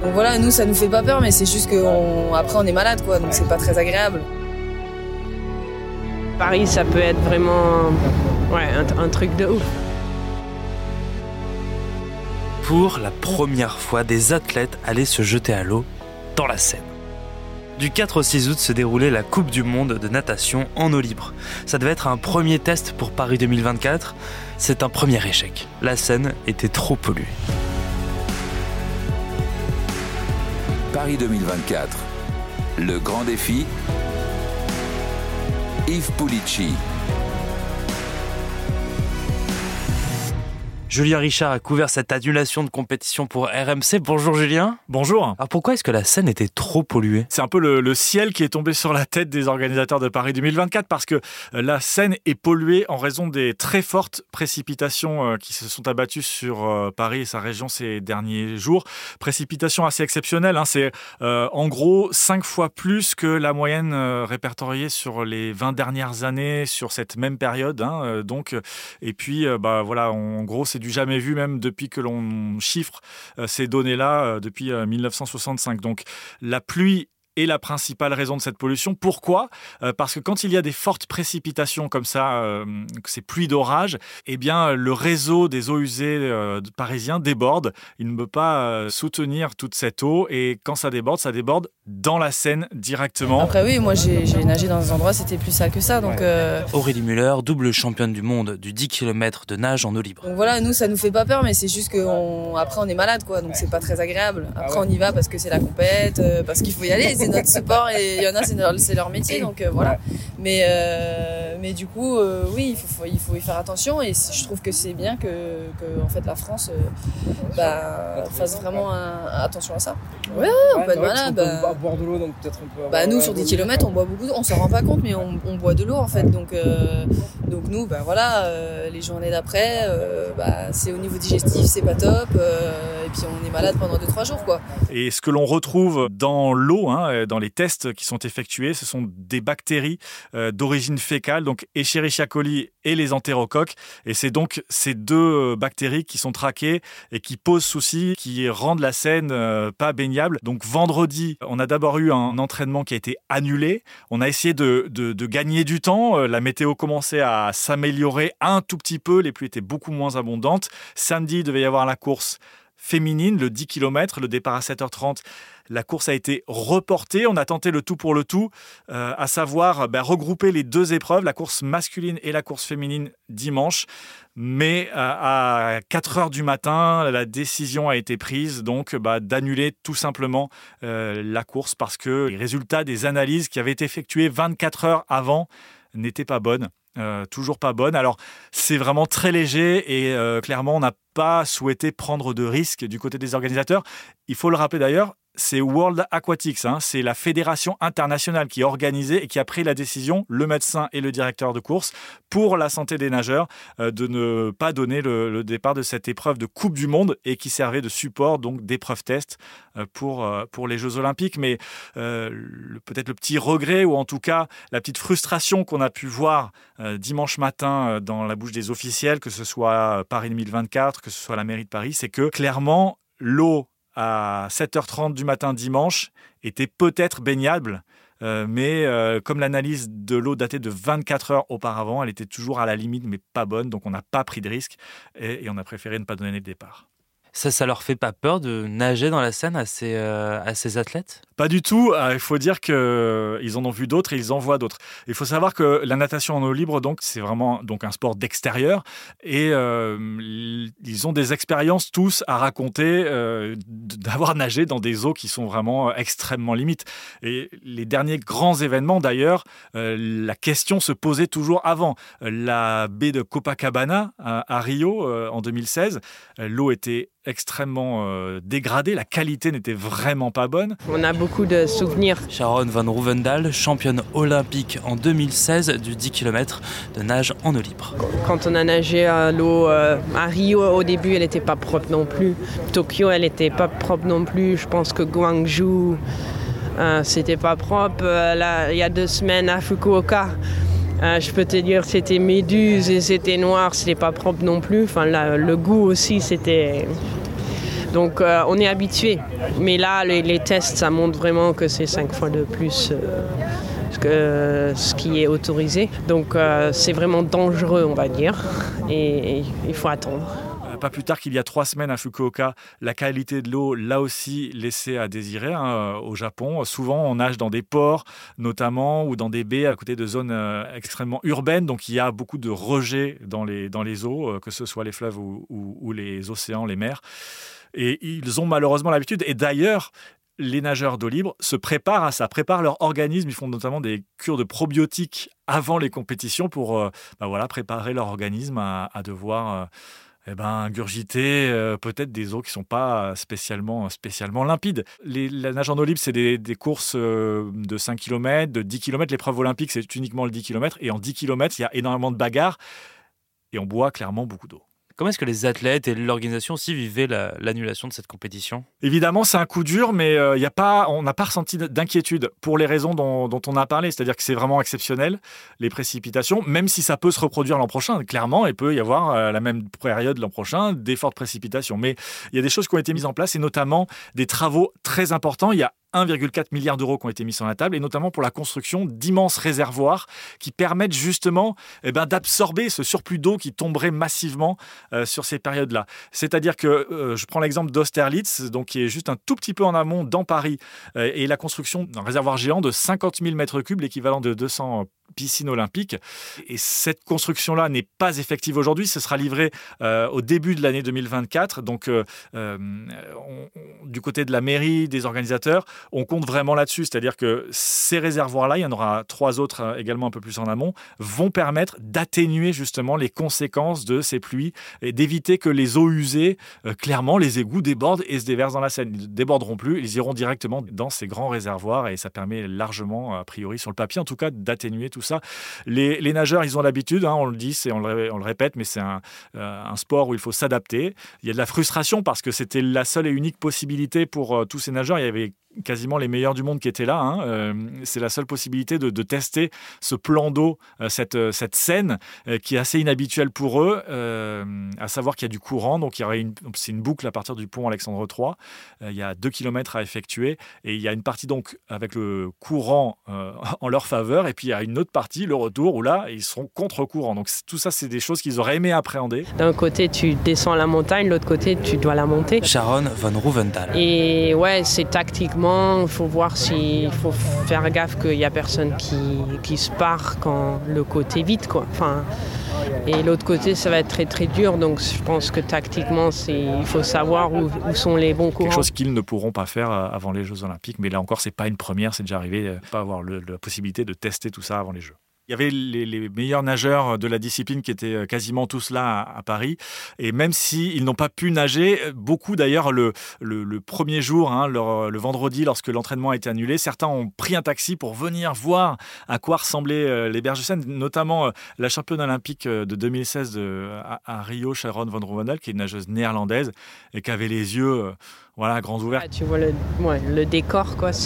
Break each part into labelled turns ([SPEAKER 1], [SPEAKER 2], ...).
[SPEAKER 1] Donc voilà, nous ça nous fait pas peur, mais c'est juste qu'après on est malade quoi, donc c'est pas très agréable.
[SPEAKER 2] Paris, ça peut être vraiment un truc de ouf.
[SPEAKER 3] Pour la première fois, des athlètes allaient se jeter à l'eau dans la Seine. Du 4 au 6 août se déroulait la Coupe du Monde de natation en eau libre. Ça devait être un premier test pour Paris 2024. C'est un premier échec. La Seine était trop polluée.
[SPEAKER 4] Paris 2024. Le grand défi. Yves Pulici.
[SPEAKER 3] Julien Richard a couvert cette annulation de compétition pour RMC. Bonjour Julien.
[SPEAKER 5] Bonjour.
[SPEAKER 3] Alors pourquoi est-ce que la Seine était trop polluée ?
[SPEAKER 5] C'est un peu le ciel qui est tombé sur la tête des organisateurs de Paris 2024 parce que la Seine est polluée en raison des très fortes précipitations qui se sont abattues sur Paris et sa région ces derniers jours. Précipitations assez exceptionnelles, hein. C'est en gros 5 fois plus que la moyenne répertoriée sur les 20 dernières années sur cette même période. Hein. Et puis voilà, en gros c'est du jamais vu même depuis que l'on chiffre ces données-là depuis 1965. Donc la pluie est la principale raison de cette pollution. Pourquoi ? Parce que quand il y a des fortes précipitations comme ça, ces pluies d'orage, eh bien, le réseau des eaux usées parisiens déborde. Il ne peut pas soutenir toute cette eau et quand ça déborde dans la Seine directement.
[SPEAKER 1] Après oui, moi j'ai nagé dans des endroits, c'était plus sale que ça. Donc,
[SPEAKER 3] Aurélie Müller, double championne du monde du 10 km de nage en eau libre.
[SPEAKER 1] Donc voilà, nous ça nous fait pas peur, mais c'est juste qu'après on est malade quoi, donc c'est pas très agréable. Après on y va parce que c'est la compète, parce qu'il faut y aller, c'est notre sport et il y en a c'est leur métier, donc voilà. Mais du coup oui, il faut y faire attention et je trouve que c'est bien que en fait la France fasse vraiment attention à ça. Ouais, on peut être malade.
[SPEAKER 6] Boire de l'eau, donc peut-être un peu.
[SPEAKER 1] Nous sur 10 km on boit beaucoup d'eau, on s'en rend pas compte mais on boit de l'eau en fait, donc nous les journées d'après c'est au niveau digestif c'est pas top et puis on est malade pendant 2-3 jours quoi.
[SPEAKER 5] Et ce que l'on retrouve dans l'eau, dans les tests qui sont effectués, ce sont des bactéries d'origine fécale, donc Escherichia coli et les entérocoques, et c'est donc ces deux bactéries qui sont traquées et qui posent souci, qui rendent la Seine pas baignable. Donc vendredi, on a d'abord eu un entraînement qui a été annulé. On a essayé de gagner du temps. La météo commençait à s'améliorer un tout petit peu. Les pluies étaient beaucoup moins abondantes. Samedi, il devait y avoir la course féminine, le 10 km, le départ à 7h30. La course a été reportée. On a tenté le tout pour le tout, à savoir regrouper les deux épreuves, la course masculine et la course féminine dimanche. Mais à 4h du matin, la décision a été prise donc d'annuler tout simplement la course parce que les résultats des analyses qui avaient été effectuées 24 heures avant n'étaient pas bonnes. Toujours pas bonne. Alors, c'est vraiment très léger et clairement, on n'a pas souhaité prendre de risques du côté des organisateurs. Il faut le rappeler d'ailleurs, c'est World Aquatics, c'est la fédération internationale qui a organisé et qui a pris la décision, le médecin et le directeur de course, pour la santé des nageurs, de ne pas donner le départ de cette épreuve de Coupe du Monde et qui servait de support, donc d'épreuve test pour les Jeux Olympiques. Mais peut-être le petit regret ou en tout cas la petite frustration qu'on a pu voir dimanche matin dans la bouche des officiels, que ce soit Paris 2024, que ce soit la mairie de Paris, c'est que clairement l'eau à 7h30 du matin dimanche était peut-être baignable, mais comme l'analyse de l'eau datait de 24 heures auparavant, elle était toujours à la limite mais pas bonne, donc on n'a pas pris de risque et on a préféré ne pas donner le départ.
[SPEAKER 3] Ça leur fait pas peur de nager dans la Seine à ces athlètes ?
[SPEAKER 5] Pas du tout. Il faut dire qu'ils en ont vu d'autres et ils en voient d'autres. Il faut savoir que la natation en eau libre, donc, c'est vraiment donc, un sport d'extérieur et ils ont des expériences tous à raconter d'avoir nagé dans des eaux qui sont vraiment extrêmement limites. Et les derniers grands événements, d'ailleurs, la question se posait toujours avant. La baie de Copacabana à Rio en 2016, l'eau était extrêmement dégradée, la qualité n'était vraiment pas bonne.
[SPEAKER 2] On a beaucoup de souvenirs.
[SPEAKER 3] Sharon van Rouwendaal, championne olympique en 2016 du 10 km de nage en eau libre.
[SPEAKER 2] Quand on a nagé à l'eau à Rio, au début, elle n'était pas propre non plus. Tokyo, elle n'était pas propre non plus. Je pense que Gwangju, c'était pas propre. Là, il y a 2 semaines à Fukuoka, je peux te dire c'était méduse et c'était noir, c'était pas propre non plus. Enfin, là, le goût aussi, c'était... Donc on est habitué. Mais là, les tests, ça montre vraiment que c'est 5 fois de plus que ce qui est autorisé. Donc c'est vraiment dangereux, on va dire. Et il faut attendre.
[SPEAKER 5] Pas plus tard qu'il y a 3 semaines à Fukuoka, la qualité de l'eau, là aussi, laissée à désirer au Japon. Souvent, on nage dans des ports, notamment, ou dans des baies à côté de zones extrêmement urbaines. Donc, il y a beaucoup de rejets dans les eaux, que ce soit les fleuves ou les océans, les mers. Et ils ont malheureusement l'habitude. Et d'ailleurs, les nageurs d'eau libre se préparent à ça, préparent leur organisme. Ils font notamment des cures de probiotiques avant les compétitions pour préparer leur organisme à devoir... ingurgiter peut-être des eaux qui ne sont pas spécialement limpides. La nage en eau libre, c'est des courses de 5 km, de 10 km. L'épreuve olympique, c'est uniquement le 10 km. Et en 10 km, il y a énormément de bagarres et on boit clairement beaucoup d'eau.
[SPEAKER 3] Comment est-ce que les athlètes et l'organisation aussi vivaient l'annulation de cette compétition ?
[SPEAKER 5] Évidemment, c'est un coup dur, mais on n'a pas ressenti d'inquiétude pour les raisons dont on a parlé. C'est-à-dire que c'est vraiment exceptionnel, les précipitations, même si ça peut se reproduire l'an prochain. Clairement, il peut y avoir la même période l'an prochain, des fortes précipitations. Mais il y a des choses qui ont été mises en place, et notamment des travaux très importants. Il y a 1,4 milliard d'euros qui ont été mis sur la table, et notamment pour la construction d'immenses réservoirs qui permettent justement d'absorber ce surplus d'eau qui tomberait massivement sur ces périodes-là. C'est-à-dire que, je prends l'exemple d'Austerlitz, donc, qui est juste un tout petit peu en amont dans Paris, et la construction d'un réservoir géant de 50 000 mètres cubes, l'équivalent de 200 piscine olympique. Et cette construction-là n'est pas effective aujourd'hui. Ce sera livré au début de l'année 2024. Donc, du côté de la mairie, des organisateurs, on compte vraiment là-dessus. C'est-à-dire que ces réservoirs-là, il y en aura 3 autres également un peu plus en amont, vont permettre d'atténuer justement les conséquences de ces pluies et d'éviter que les eaux usées, clairement, les égouts débordent et se déversent dans la Seine. Ils ne déborderont plus, ils iront directement dans ces grands réservoirs et ça permet largement, a priori sur le papier en tout cas, d'atténuer tout ça. Les nageurs, ils ont l'habitude, on le dit, on le répète, mais c'est un sport où il faut s'adapter. Il y a de la frustration parce que c'était la seule et unique possibilité pour tous ces nageurs. Il y avait quasiment les meilleurs du monde qui étaient là. C'est la seule possibilité de tester ce plan d'eau, cette scène qui est assez inhabituelle pour eux, à savoir qu'il y a du courant. Donc c'est une boucle à partir du pont Alexandre III. Il y a 2 km à effectuer et il y a une partie donc avec le courant en leur faveur et puis il y a une autre partie, le retour, où là ils seront contre-courant. Donc tout ça, c'est des choses qu'ils auraient aimé appréhender.
[SPEAKER 2] D'un côté tu descends la montagne, de l'autre côté tu dois la monter.
[SPEAKER 3] Sharon von Rouwenthal.
[SPEAKER 2] Et ouais, c'est tactiquement, il faut voir s'il faut faire gaffe qu'il n'y a personne qui se part quand le côté vide, quoi. Et l'autre côté, ça va être très très dur. Donc je pense que tactiquement, il faut savoir où sont les bons courants.
[SPEAKER 5] Quelque chose qu'ils ne pourront pas faire avant les Jeux Olympiques. Mais là encore, c'est pas une première, c'est déjà arrivé. Pas avoir la possibilité de tester tout ça avant les Jeux. Il y avait les meilleurs nageurs de la discipline qui étaient quasiment tous là à Paris. Et même s'ils n'ont pas pu nager, beaucoup d'ailleurs le premier jour, le vendredi, lorsque l'entraînement a été annulé, certains ont pris un taxi pour venir voir à quoi ressemblaient les berges de Seine, notamment la championne olympique de 2016 à Rio, Sharon von Rouwenthal, qui est une nageuse néerlandaise et qui avait les yeux grands ouverts.
[SPEAKER 2] Tu vois le décor, quoi,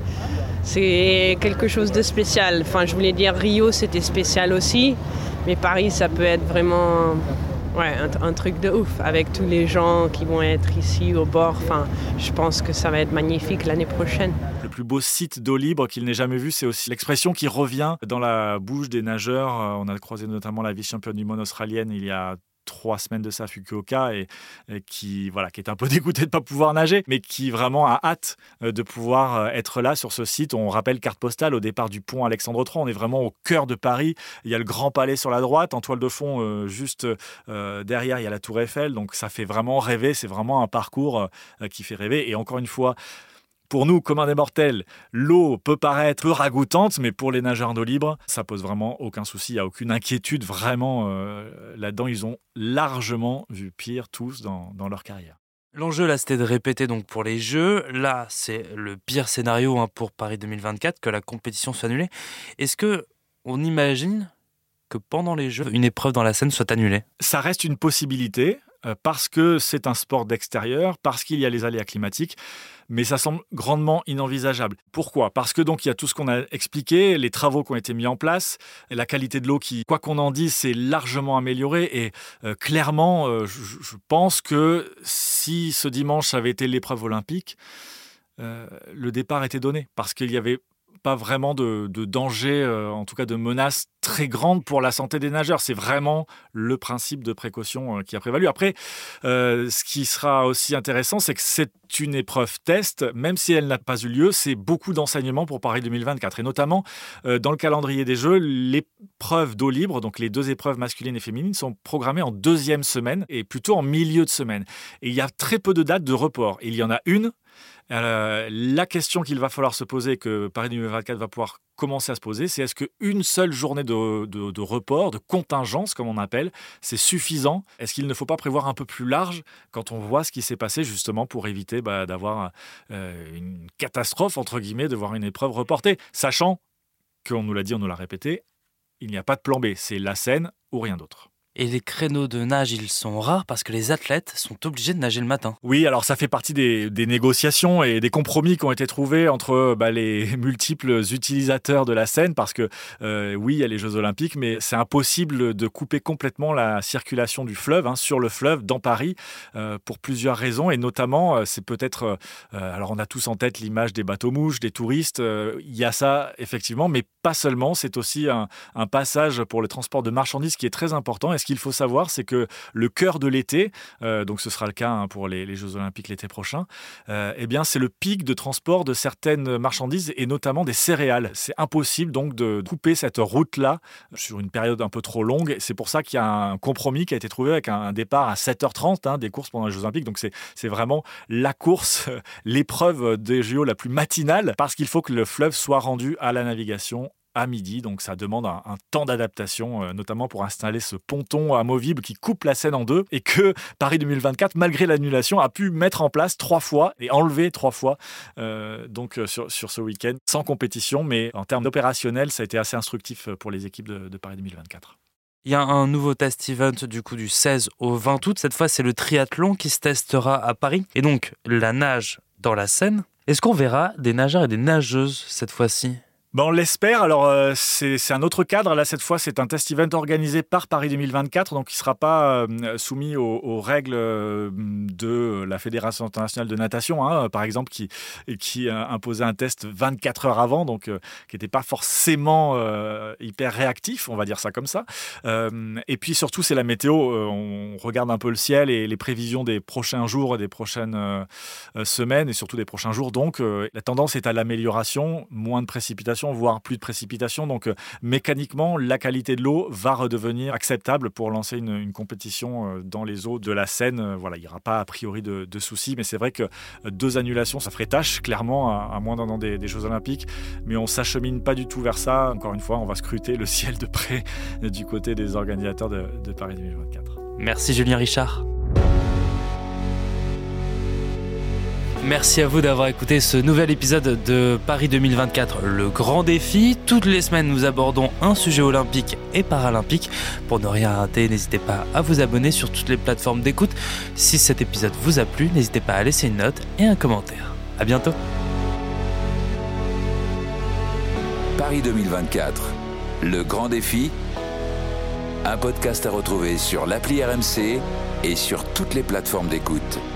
[SPEAKER 2] c'est quelque chose de spécial. Je voulais dire Rio, c'était spécial aussi, mais Paris, ça peut être vraiment un truc de ouf, avec tous les gens qui vont être ici au bord. Je pense que ça va être magnifique l'année prochaine.
[SPEAKER 5] Le plus beau site d'eau libre qu'il n'ait jamais vu, c'est aussi l'expression qui revient dans la bouche des nageurs. On a croisé notamment la vice-championne du monde australienne il y a 3 semaines de ça à Fukuoka et qui est un peu dégoûté de ne pas pouvoir nager, mais qui vraiment a hâte de pouvoir être là sur ce site. On rappelle carte postale au départ du pont Alexandre III. On est vraiment au cœur de Paris. Il y a le Grand Palais sur la droite. En toile de fond, juste derrière, il y a la Tour Eiffel. Donc ça fait vraiment rêver. C'est vraiment un parcours qui fait rêver. Et encore une fois, pour nous, communs des mortels, l'eau peut paraître peu ragoûtante, mais pour les nageurs d'eau libre, ça pose vraiment aucun souci. Il n'y a aucune inquiétude vraiment là-dedans. Ils ont largement vu pire tous dans leur carrière.
[SPEAKER 3] L'enjeu, là, c'était de répéter donc pour les Jeux. Là, c'est le pire scénario pour Paris 2024, que la compétition soit annulée. Est-ce qu'on imagine que pendant les Jeux, une épreuve dans la Seine soit annulée ?
[SPEAKER 5] Ça reste une possibilité. parce que c'est un sport d'extérieur, parce qu'il y a les aléas climatiques, mais ça semble grandement inenvisageable. Pourquoi ? Parce que donc il y a tout ce qu'on a expliqué, les travaux qui ont été mis en place, la qualité de l'eau qui, quoi qu'on en dise, s'est largement améliorée. Et clairement, je pense que si ce dimanche avait été l'épreuve olympique, le départ était donné, parce qu'il y avait pas vraiment de danger, en tout cas de menace très grande pour la santé des nageurs. C'est vraiment le principe de précaution qui a prévalu. Après, ce qui sera aussi intéressant, c'est que c'est une épreuve test, même si elle n'a pas eu lieu, c'est beaucoup d'enseignements pour Paris 2024. Et notamment, dans le calendrier des Jeux, l'épreuve d'eau libre, donc les 2 épreuves masculines et féminines, sont programmées en 2e semaine et plutôt en milieu de semaine. Et il y a très peu de dates de report. Il y en a une. La question qu'il va falloir se poser, que Paris 2024 va pouvoir commencer à se poser, c'est est-ce qu'une seule journée de report, de contingence, comme on appelle, c'est suffisant ? Est-ce qu'il ne faut pas prévoir un peu plus large quand on voit ce qui s'est passé, justement, pour éviter d'avoir une catastrophe, entre guillemets, de voir une épreuve reportée, sachant qu'on nous l'a dit, on nous l'a répété, il n'y a pas de plan B, c'est la Seine ou rien d'autre.
[SPEAKER 3] Et les créneaux de nage, ils sont rares parce que les athlètes sont obligés de nager le matin.
[SPEAKER 5] Oui, alors ça fait partie des négociations et des compromis qui ont été trouvés entre les multiples utilisateurs de la Seine, parce que oui, il y a les Jeux Olympiques, mais c'est impossible de couper complètement la circulation du fleuve, sur le fleuve, dans Paris, pour plusieurs raisons. Et notamment, c'est peut-être... alors on a tous en tête l'image des bateaux-mouches, des touristes. Il y a ça, effectivement, mais pas seulement. C'est aussi un passage pour le transport de marchandises qui est très important. Et ce qu'il faut savoir, c'est que le cœur de l'été, donc ce sera le cas pour les Jeux Olympiques l'été prochain, c'est le pic de transport de certaines marchandises et notamment des céréales. C'est impossible donc de couper cette route-là sur une période un peu trop longue. C'est pour ça qu'il y a un compromis qui a été trouvé avec un départ à 7h30 des courses pendant les Jeux Olympiques. Donc c'est vraiment la course, l'épreuve des JO la plus matinale, parce qu'il faut que le fleuve soit rendu à la navigation à midi, donc ça demande un temps d'adaptation, notamment pour installer ce ponton amovible qui coupe la Seine en 2, et que Paris 2024, malgré l'annulation, a pu mettre en place 3 fois et enlever 3 fois sur ce week-end, sans compétition, mais en termes opérationnels, ça a été assez instructif pour les équipes de Paris 2024.
[SPEAKER 3] Il y a un nouveau test event du 16 au 20 août. Cette fois, c'est le triathlon qui se testera à Paris. Et donc, la nage dans la Seine. Est-ce qu'on verra des nageurs et des nageuses cette fois-ci ?
[SPEAKER 5] On l'espère. Alors, c'est un autre cadre. Là, cette fois, c'est un test event organisé par Paris 2024, donc il ne sera pas soumis aux règles de la Fédération internationale de natation, par exemple, qui imposait un test 24 heures avant, donc qui n'était pas forcément hyper réactif, on va dire ça comme ça. Et puis, surtout, c'est la météo. On regarde un peu le ciel et les prévisions des prochains jours et des prochaines semaines, et surtout des prochains jours. Donc, la tendance est à l'amélioration, moins de précipitations, voire plus de précipitations. Donc, mécaniquement, la qualité de l'eau va redevenir acceptable pour lancer une compétition dans les eaux de la Seine. Voilà, il n'y aura pas a priori de soucis, mais c'est vrai que 2 annulations, ça ferait tâche, clairement, à moins d'un an des Jeux Olympiques. Mais on ne s'achemine pas du tout vers ça. Encore une fois, on va scruter le ciel de près du côté des organisateurs de Paris 2024.
[SPEAKER 3] Merci Julien Richard. Merci à vous d'avoir écouté ce nouvel épisode de Paris 2024, le grand défi. Toutes les semaines, nous abordons un sujet olympique et paralympique. Pour ne rien rater, n'hésitez pas à vous abonner sur toutes les plateformes d'écoute. Si cet épisode vous a plu, n'hésitez pas à laisser une note et un commentaire. À bientôt.
[SPEAKER 4] Paris 2024, le grand défi. Un podcast à retrouver sur l'appli RMC et sur toutes les plateformes d'écoute.